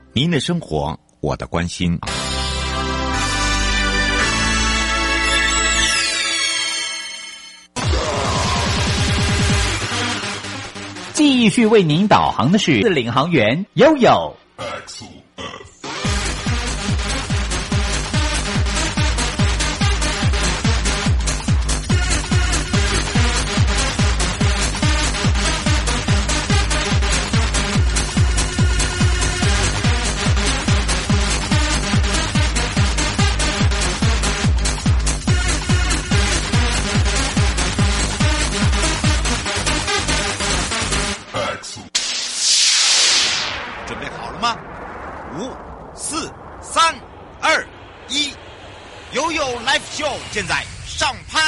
您的生活，我的关心。 继续为您导航的是领航员悠悠。 现在上拍。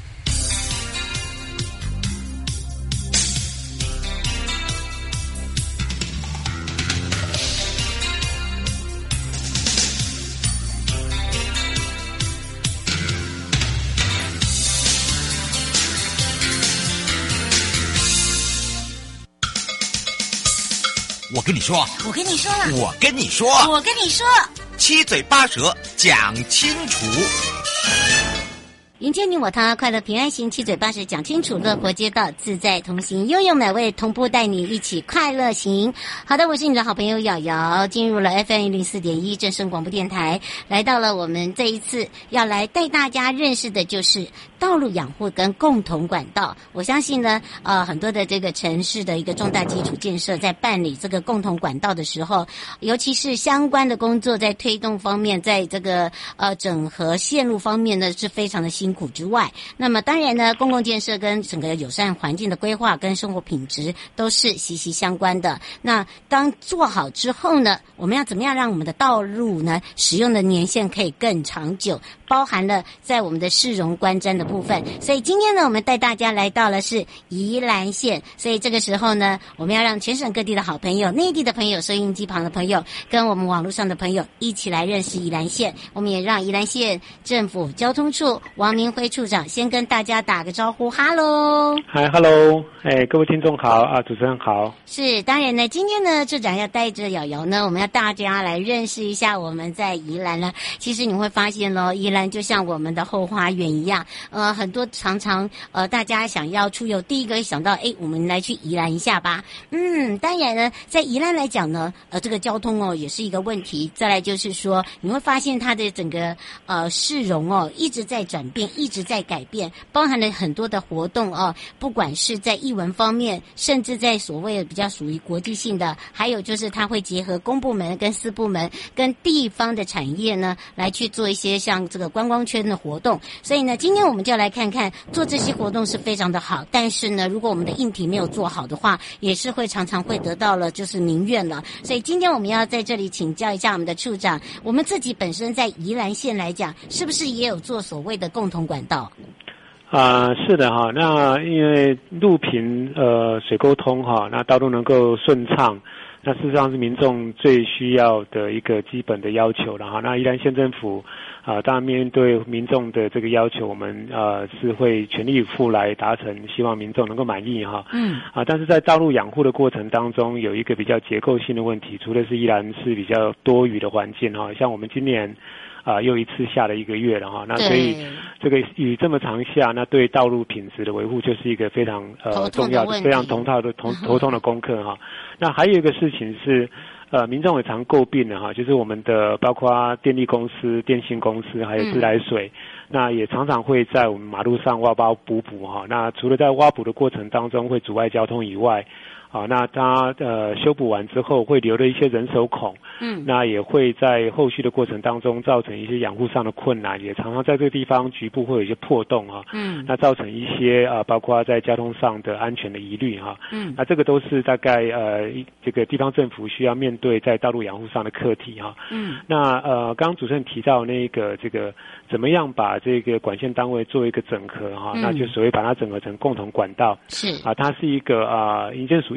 我跟你说， 我跟你说了， 我跟你说， 我跟你说， 七嘴八舌讲清楚。 迎接你我他，快乐平安行，七嘴八舌讲清楚，乐活街道自在同行，悠悠美味同步带你一起快乐行。好的，我是你的好朋友瑶瑶，进入了 FM104.1 正声广播电台，来到了我们这一次要来带大家认识的就是道路养护跟共同管道。我相信呢，很多的这个城市的一个重大基础建设在办理这个共同管道的时候，尤其是相关的工作在推动方面，在这个整合线路方面呢是非常的辛苦之外，那么当然呢，公共建设跟整个友善环境的规划跟生活品质都是息息相关的。那当做好之后呢，我们要怎么样让我们的道路呢使用的年限可以更长久，包含了在我们的市容观瞻的部分。所以今天呢，我们带大家来到了是宜兰县，所以这个时候呢，我们要让全省各地的好朋友、内地的朋友、收音机旁的朋友跟我们网络上的朋友一起来认识宜兰县。我们也让宜兰县政府交通处王明辉处长先跟大家打个招呼，哈喽， 嗨，哈喽，各位听众好啊，主持人好。 是，当然呢，今天呢，处长要带着瑶瑶呢，我们要大家来认识一下我们在宜兰了。其实你会发现咯，宜兰就像我们的后花园一样，很多常常大家想要出游，第一个想到，我们来去宜兰一下吧。当然呢，在宜兰来讲呢，这个交通也是一个问题。再来就是说，你会发现它的整个市容一直在转变，一直在改变，包含了很多的活动不管是在艺文方面，甚至在所谓的比较属于国际性的，还有就是它会结合公部门跟私部门跟地方的产业呢，来去做一些像这个观光圈的活动。所以呢，今天我们就来看看做这些活动是非常的好，但是呢，如果我们的硬体没有做好的话，也是会常常会得到了就是民怨了。所以今天我们要在这里请教一下我们的处长，我们自己本身在宜兰县来讲，是不是也有做所谓的共同管道？ 是的哈，那因为路平水沟通哈，那道路能够顺畅，那事实上是民众最需要的一个基本的要求了哈。那宜兰县政府当然面对民众的这个要求，我们是会全力以赴来达成，希望民众能够满意哈。但是在道路养护的过程当中，有一个比较结构性的问题，除了是宜兰是比较多雨的环境哈，像我们今年又一次下了1个月了哈，那所以这个雨这么长下，那对道路品质的维护就是一个非常重要的、非常头痛的功课哈。那还有一个事情是，民众也常诟病的哈，就是我们的包括电力公司、电信公司还有自来水，那也常常会在我们马路上挖包补哈。那除了在挖补的过程当中会阻碍交通以外，那它修补完之后会留了一些人手孔，那也会在后续的过程当中造成一些养护上的困难，也常常在这个地方局部会有一些破洞那造成一些包括在交通上的安全的疑虑那这个都是大概这个地方政府需要面对在道路养护上的课题那刚刚主持人提到那个这个怎么样把这个管线单位做一个整合那就所谓把它整合成共同管道， 是它是一个营建署一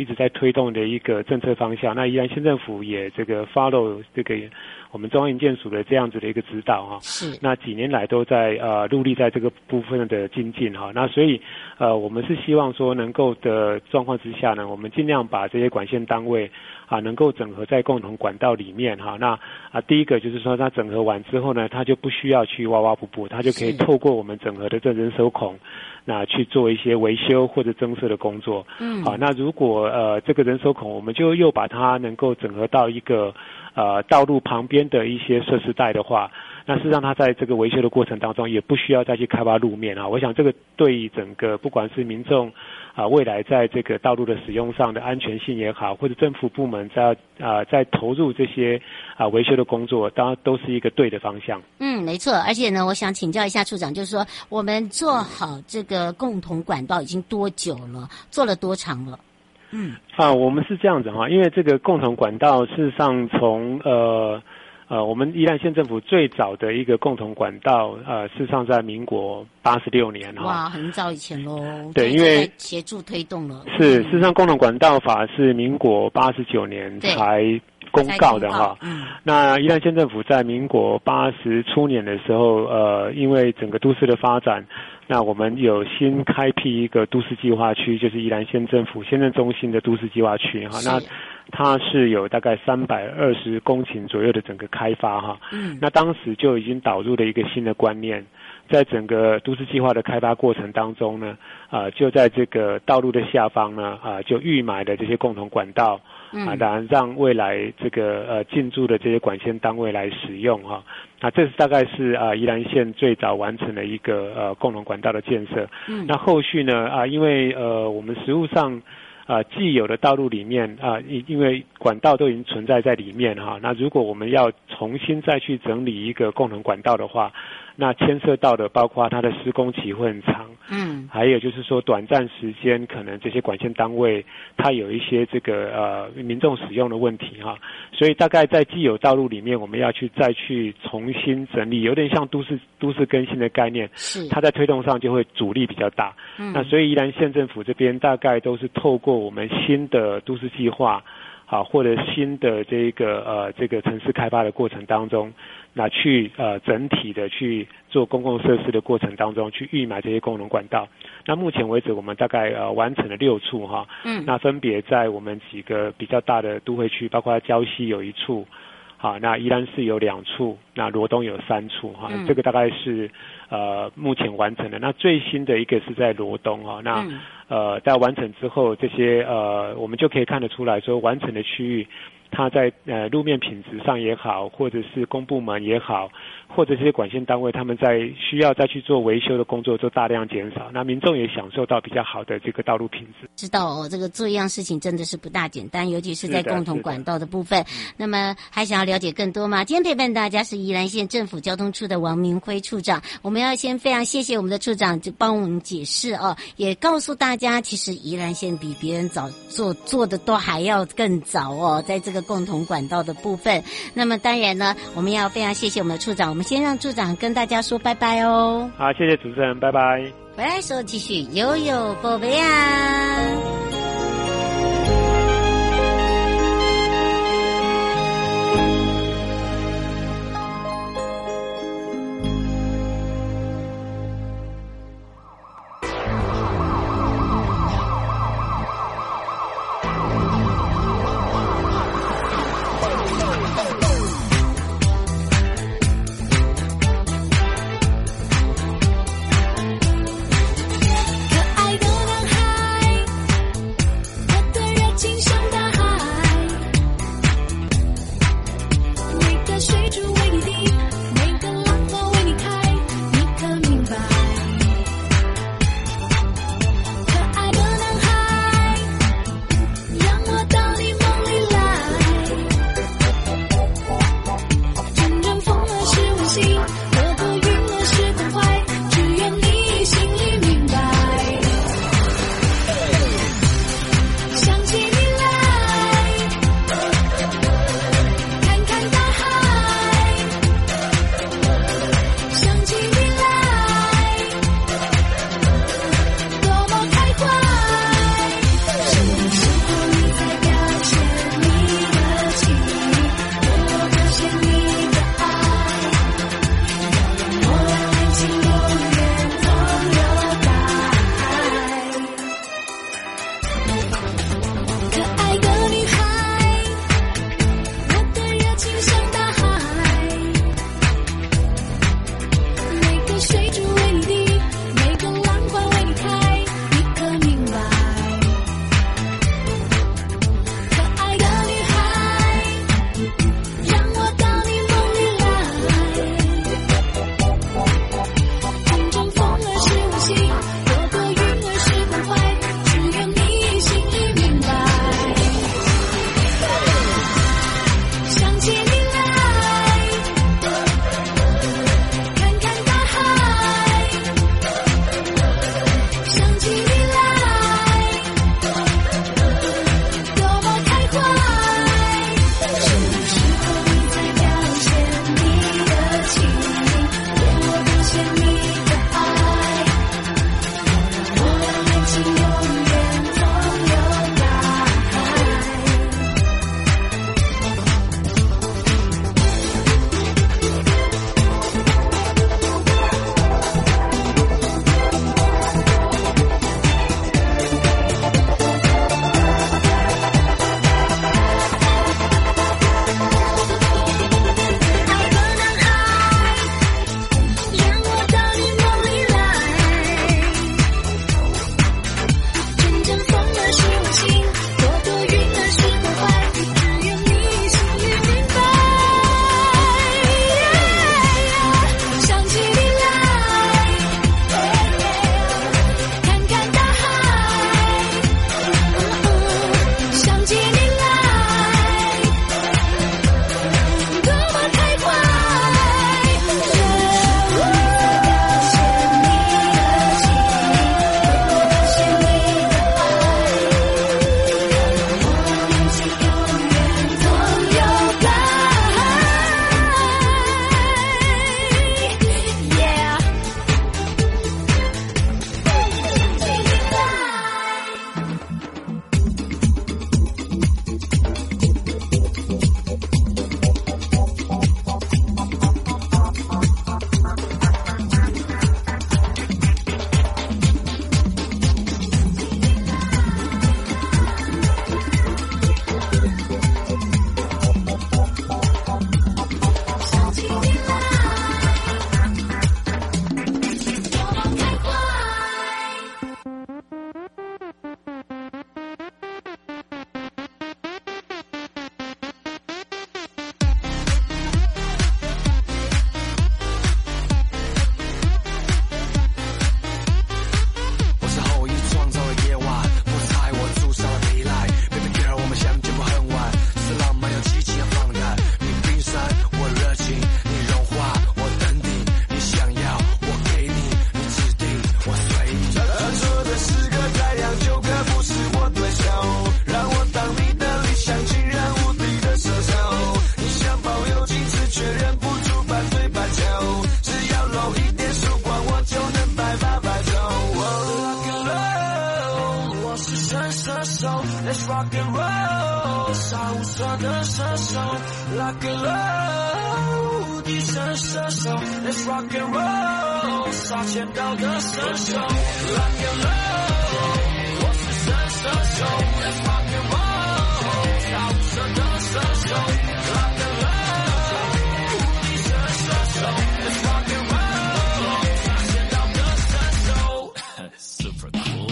直在推动的一个政策方向。那宜兰县政府也这个 follow 这个我们中央营建署的这样子的一个指导哈。 是。 那几年来都在努力在这个部分的精进哈。那所以我们是希望说能够的状况之下呢，我们尽量把这些管线单位能够整合在共同管道里面哈。那第一个就是说它整合完之后呢，它就不需要去挖挖补补，它就可以透过我们整合的这人手孔，那去做一些维修或者增设的工作。好，那如果这个人手孔我们就又把它能够整合到一个道路旁边的一些设施带的话，那事实上它在这个维修的过程当中也不需要再去开发路面啊。我想这个对于整个不管是民众未来在这个道路的使用上的安全性也好，或者政府部门在投入这些维修的工作，当然都是一个对的方向。 没错。而且呢，我想请教一下处长，就是说我们做好这个共同管道已经多久了？做了多长了？ 我们是这样子哈，因为这个共同管道事实上从我们宜兰县政府最早的一个共同管道事实上在民国86年哈。 哇，很早以前咯。 对，因为协助推动了。 是，事实上共同管道法是民国89年才公告的哈。那宜兰县政府在民国80初年的时候，因为整个都市的发展，那我们有新开辟一个都市计划区，就是宜兰县政府县政中心的都市计划区哈。那它是有大概320公顷左右的整个开发哈。那当时就已经导入了一个新的观念，在整个都市计划的开发过程当中呢，就在这个道路的下方呢，就预埋了这些共同管道。当然让未来这个进驻的这些管线单位来使用哈。那这是大概是宜兰县最早完成的一个共同管道的建设。那后续呢因为我们实务上既有的道路里面因为管道都已经存在里面哈。那如果我们要重新再去整理一个共同管道的话，那牵涉到的包括它的施工期会很长。还有就是说短暂时间可能这些管线单位它有一些这个民众使用的问题哈。所以大概在既有道路里面我们要再去重新整理，有点像都市更新的概念。是。它在推动上就会阻力比较大。那所以宜兰县政府这边大概都是透过我们新的都市计划或者新的这个城市开发的过程当中，那去整体的去做公共设施的过程当中去预埋这些功能管道。那目前为止我们大概完成了6处哈。那分别在我们几个比较大的都会区，包括礁溪有1处，好，那宜兰市有2处，那罗东有3处哈。这个大概是目前完成的。那最新的一个是在罗东哈。那在完成之后，这些我们就可以看得出来说，完成的区域它在路面品质上也好，或者是公部门也好，或者这些管线单位他们在需要再去做维修的工作就大量减少，那民众也享受到比较好的这个道路品质。 知道这个做一样事情真的是不大简单，尤其是在共同管道的部分。那么还想要了解更多吗？今天陪伴大家是宜兰县政府交通处的王明辉处长。我们要先非常谢谢我们的处长就帮我们解释也告诉大家其实宜兰县比别人早做的都还要更早在这个共同管道的部分。那么当然呢，我们要非常谢谢我们的处长，我们先让处长跟大家说拜拜哦。 好，谢谢主持人，拜拜。 回来时候继续悠悠宝贝啊。 Rock and roll， 地神射手 Let's rock and roll， 杀千刀的射手 Rock and roll， 我是神射手 Let's rock and roll， 杀无赦的射手 Rock and roll， 地神射手 Let's rock and roll， 杀千刀的射手Super cool。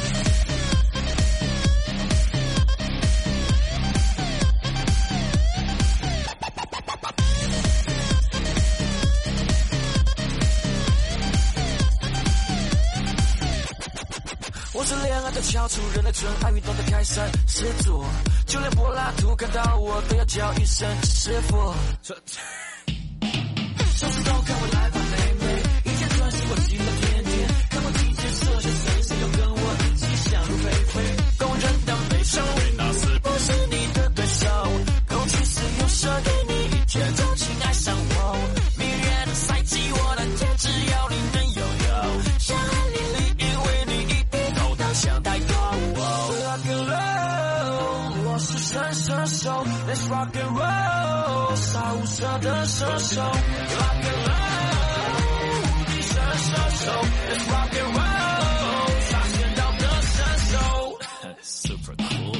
我是恋爱的翘楚，人类纯爱运动的开山始祖，就连柏拉图看到我都要叫一声师傅。小石头看我来吧妹妹，一见专心我心的甜甜，看我尽情射线，随时都跟我一起想入非非，公认的美手，那是不是你的对手？空气是用射给你，一见钟情爱上我，蜜月的赛季我的天，只要你能拥有，像汗淋漓，因为你一低头当想太多。Rock and roll， 我是神射手 ，Let's rock and roll， 杀无赦的射手 ，Rock and roll， 地神射手 ，Let's rock and roll， 杀千刀的射手，Super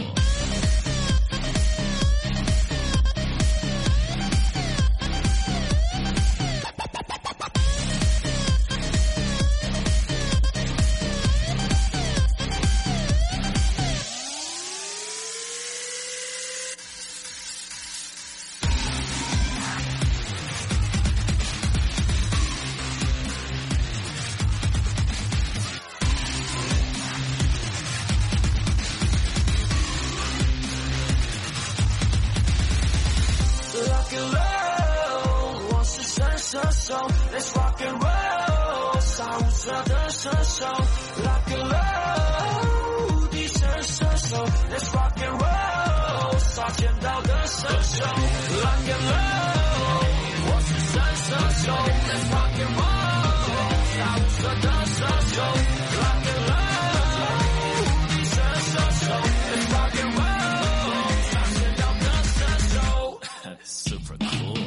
cool。Let's rock and roll， 杀无赦的射手 Rock and roll， 地神射手 Let's rock and roll， 杀千刀的射手 Rock and roll， 我是神射手 Let's rock and roll， 杀无赦的射手 Rock and roll， 地神射手 Let's rock and roll， 杀千刀的射手Super cool。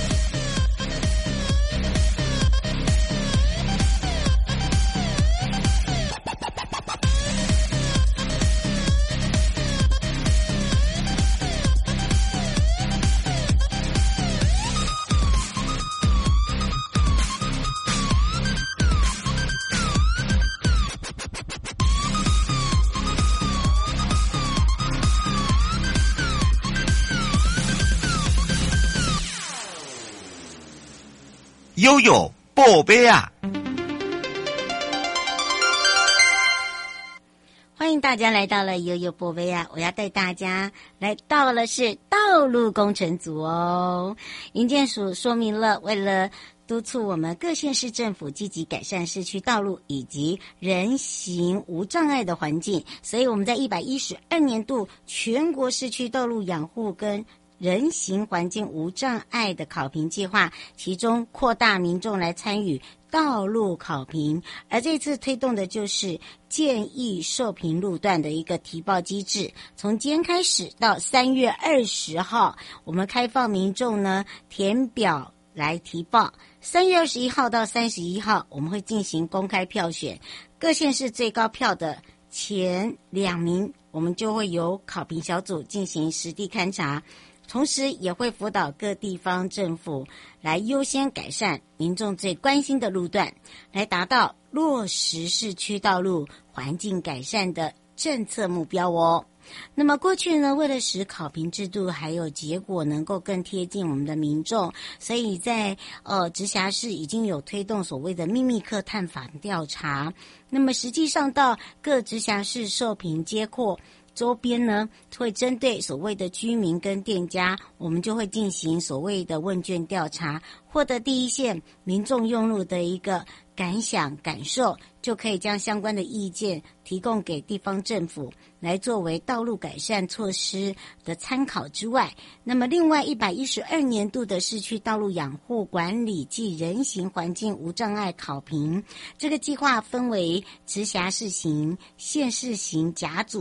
悠悠宝贝啊！ 欢迎大家来到了悠悠宝贝啊！我要带大家来到了是道路工程组哦。营建署说明了，为了督促我们各县市政府积极改善市区道路以及人行无障碍的环境，所以我们在112年度全国市区道路养护跟人行环境无障碍的考评计划，其中扩大民众来参与道路考评，而这次推动的就是建议受评路段的一个提报机制。从今天开始到3月20号，我们开放民众呢填表来提报。3月21号到31号，我们会进行公开票选，各县市最高票的前2名，我们就会由考评小组进行实地勘查。同时也会辅导各地方政府来优先改善民众最关心的路段，来达到落实市区道路环境改善的政策目标哦。那么过去呢，为了使考评制度还有结果能够更贴近我们的民众，所以在直辖市已经有推动所谓的秘密客探访调查。那么实际上到各直辖市受评接扩周边呢，会针对所谓的居民跟店家，我们就会进行所谓的问卷调查，获得第一线民众用路的一个感想感受，就可以将相关的意见提供给地方政府，来作为道路改善措施的参考之外，那么另外112年度的市区道路养护管理暨人行环境无障碍考评，这个计划分为直辖市型、县市型甲组，还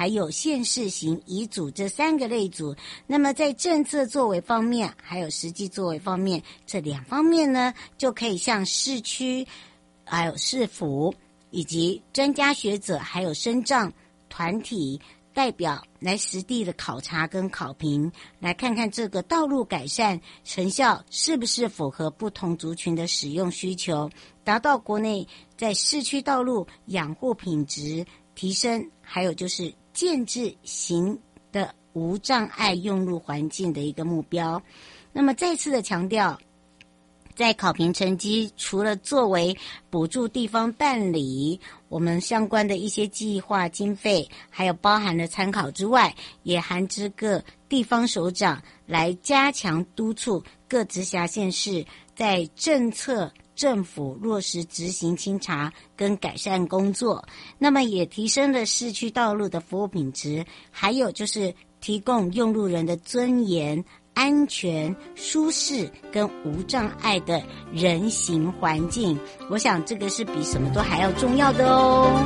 还有县市型遗嘱这3个类组。那么在政策作为方面还有实际作为方面，这2方面呢就可以向市区还有市府以及专家学者还有身障团体代表来实地的考察跟考评，来看看这个道路改善成效是不是符合不同族群的使用需求，达到国内在市区道路养护品质提升，还有就是建制行的无障碍用路环境的一个目标。那么再次的强调，在考评成绩除了作为补助地方办理我们相关的一些计划经费，还有包含了参考之外，也含之各地方首长来加强督促各直辖县市在政策政府落实执行清查跟改善工作，那么也提升了市区道路的服务品质，还有就是提供用路人的尊严、安全、舒适跟无障碍的人行环境，我想这个是比什么都还要重要的哦。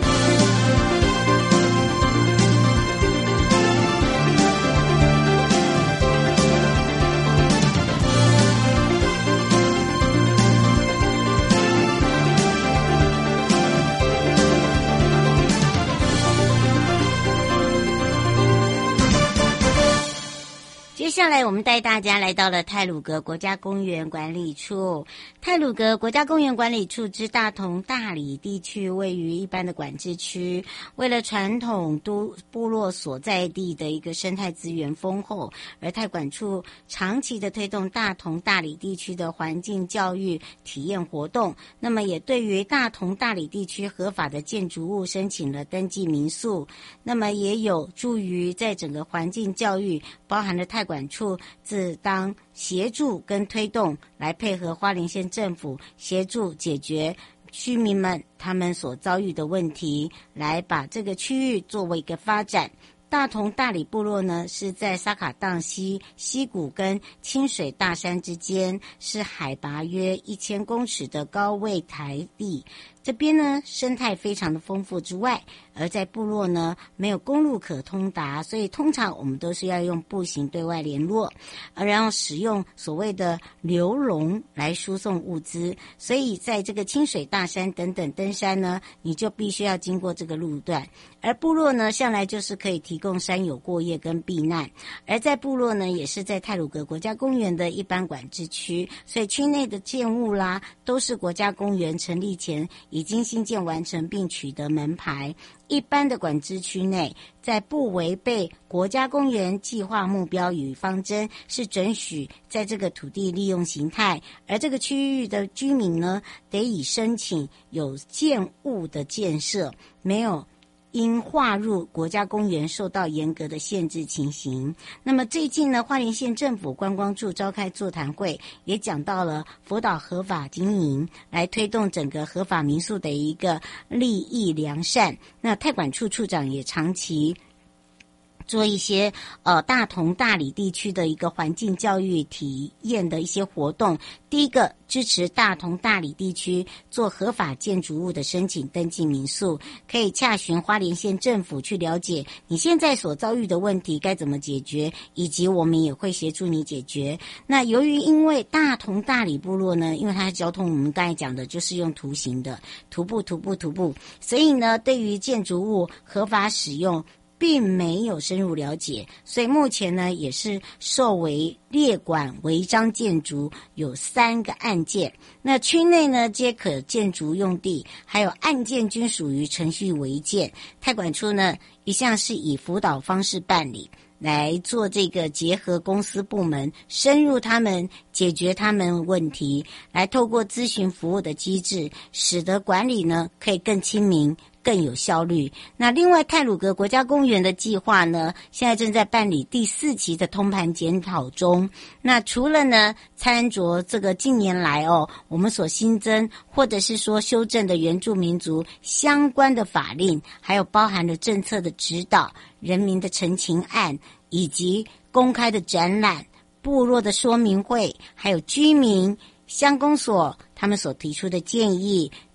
接下来我们带大家来到了太鲁阁国家公园管理处。太鲁阁国家公园管理处之大同大里地区位于一般的管制区，为了传统部落所在地的一个生态资源丰厚，而太管处长期的推动大同大里地区的环境教育体验活动，那么也对于大同大里地区合法的建筑物申请了登记民宿，那么也有助于在整个环境教育包含了太管处自当协助跟推动，来配合花莲县政府协助解决居民们他们所遭遇的问题，来把这个区域作为一个发展。大同大里部落呢是在沙卡荡溪溪谷跟清水大山之间，是海拔约1000公尺的高位台地。这边呢生态非常的丰富之外，而在部落呢没有公路可通达，所以通常我们都是要用步行对外联络，然后使用所谓的流笼来输送物资，所以在这个清水大山等等登山呢，你就必须要经过这个路段。而部落呢向来就是可以提供山友过夜跟避难，而在部落呢也是在太鲁阁国家公园的一般管制区，所以区内的建物啦都是国家公园成立前已经新建完成并取得门牌。一般的管制区内，在不违背国家公园计划目标与方针，是准许在这个土地利用形态，而这个区域的居民呢得以申请有建物的建设，没有因划入国家公园受到严格的限制情形。那么最近呢，花莲县政府观光处召开座谈会，也讲到了辅导合法经营，来推动整个合法民宿的一个利益良善。那太管处处长也长期做一些大同大里地区的一个环境教育体验的一些活动。第一个，支持大同大里地区做合法建筑物的申请登记民宿，可以洽询花莲县政府去了解你现在所遭遇的问题该怎么解决，以及我们也会协助你解决。那由于因为大同大里部落呢，因为它的交通我们刚才讲的就是用图形的徒步，所以呢对于建筑物合法使用并没有深入了解，所以目前呢也是受为列管违章建筑有3个案件。那区内呢皆可建筑用地，还有案件均属于程序违建。太管处呢一向是以辅导方式办理，来做这个结合公司部门，深入他们解决他们问题，来透过咨询服务的机制，使得管理呢可以更亲民更有效率。那另外太鲁阁国家公园的计划呢，现在正在办理第4期的通盘检讨中。那除了呢参酌这个近年来我们所新增或者是说修正的原住民族相关的法令，还有包含了政策的指导、人民的陈情案，以及公开的展览、部落的说明会，还有居民乡公所他们所提出的建议，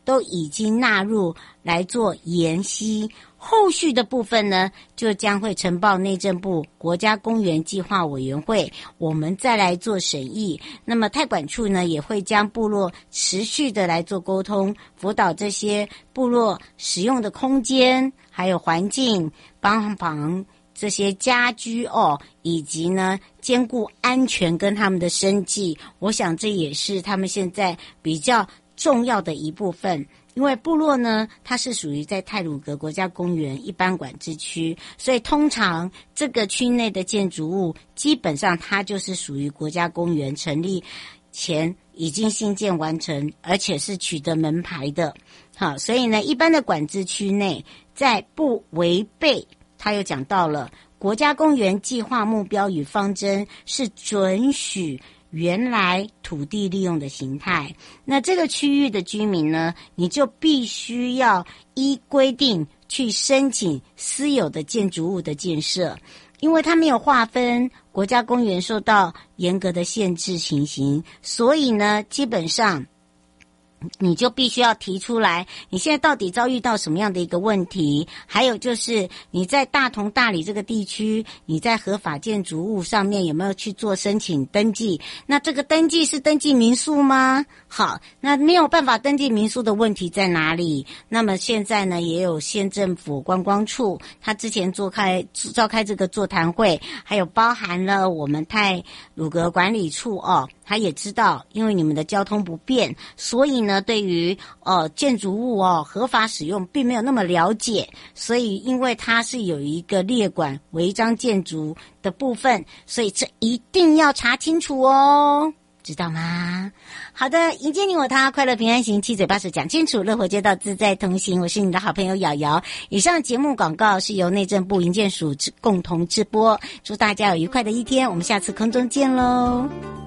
都已经纳入来做研析。后续的部分呢，就将会呈报内政部国家公园计划委员会，我们再来做审议。那么太管处呢，也会将部落持续的来做沟通，辅导这些部落使用的空间，还有环境，帮忙这些家居以及呢兼顾安全跟他们的生计。我想这也是他们现在比较重要的一部分。因为部落呢，它是属于在太鲁阁国家公园一般管制区，所以通常这个区内的建筑物基本上它就是属于国家公园成立前已经兴建完成，而且是取得门牌的。好，所以呢，一般的管制区内，在不违背，他又讲到了国家公园计划目标与方针是准许原来土地利用的形态，那这个区域的居民呢，你就必须要依规定去申请私有的建筑物的建设，因为它没有划分国家公园受到严格的限制情形，所以呢，基本上你就必须要提出来，你现在到底遭遇到什么样的一个问题？还有就是你在大同大里这个地区，你在合法建筑物上面有没有去做申请登记？那这个登记是登记民宿吗？好，那没有办法登记民宿的问题在哪里？那么现在呢，也有县政府观光处，他之前召开这个座谈会，还有包含了我们太鲁阁管理处他也知道，因为你们的交通不便，所以呢，对于建筑物合法使用并没有那么了解，所以因为它是有一个列管违章建筑的部分，所以这一定要查清楚哦，知道吗？好的，迎接你我他，快乐平安行，七嘴八舌讲清楚，乐活街道自在同行。我是你的好朋友瑶瑶。以上节目广告是由内政部营建署共同直播，祝大家有愉快的一天，我们下次空中见喽。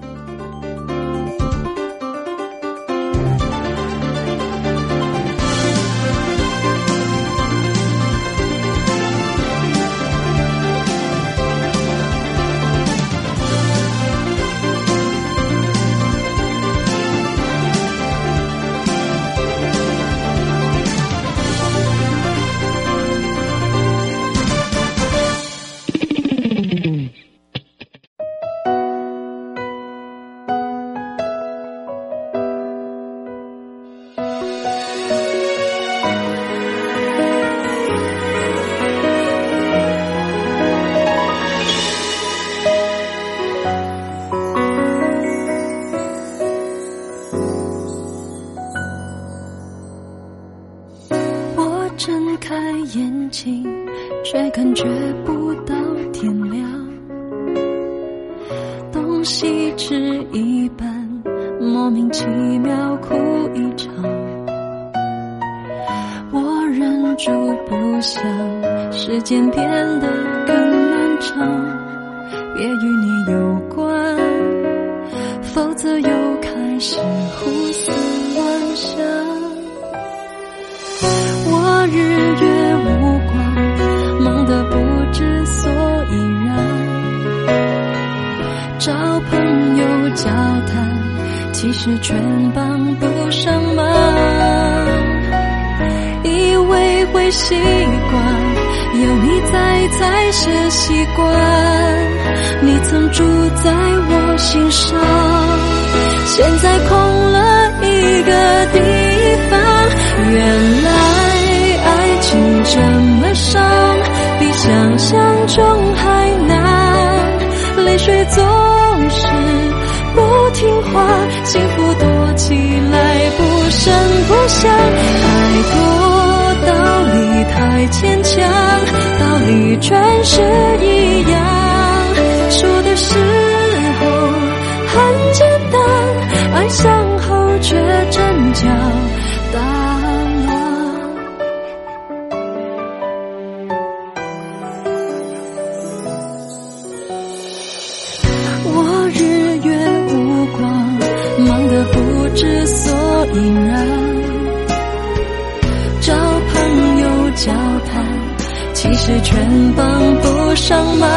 却感觉不到天亮，东西吃一半，莫名其妙哭一场，我忍住不想时间变得更漫长，别与你有关，否则又开始胡思乱想。我日月无光，忙得不知所以然，找朋友交谈，其实全帮不上忙，以为会习惯，有你在才是习惯，你曾住在我心上，现在空了一个地方，原来爱情这么伤，比想象中还难，泪水总是不听话，幸福躲起来不声不响，太多道理太牵强，道理全是一样，说的时候很简单，爱上后却真叫大乱。我日月无光，忙得不知所以然，找朋友交谈，其实全帮不上忙，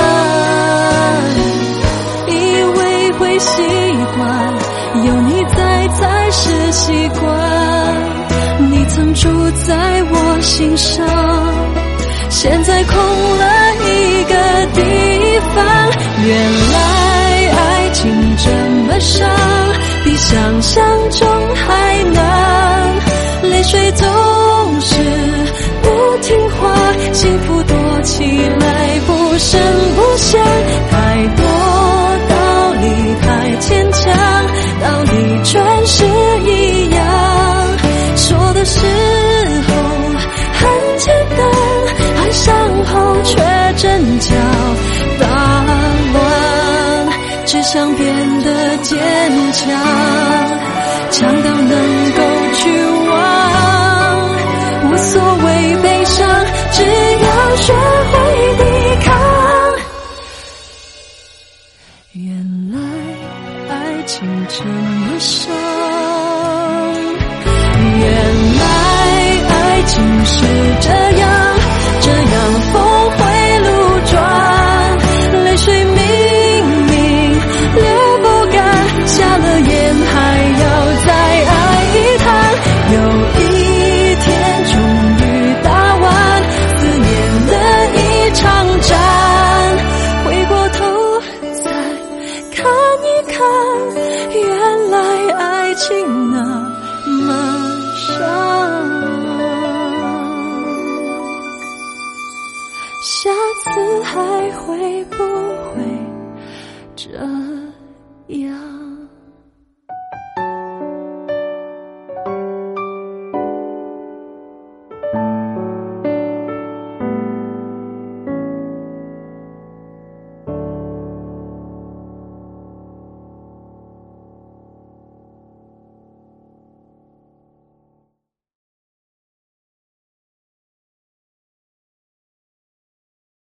以为会习惯，有你在才是习惯，你曾住在我心上，现在空了一个地方。原来爱情这么伤，比想象中还难，泪水总是不听话，幸福躲起来不声不响，太多道理太牵强，道理全是一样，说的时候很简单，爱上后却真叫大乱，只想变得坚强，强到能够去忘，无所谓悲伤，只要学会抵抗。原来爱情这么伤，原来爱情是这样，这样峰回路转，泪水明明流不干，下了眼还要再爱一趟。有一天终于打完思念的一场战，回过头再看一看，原来爱情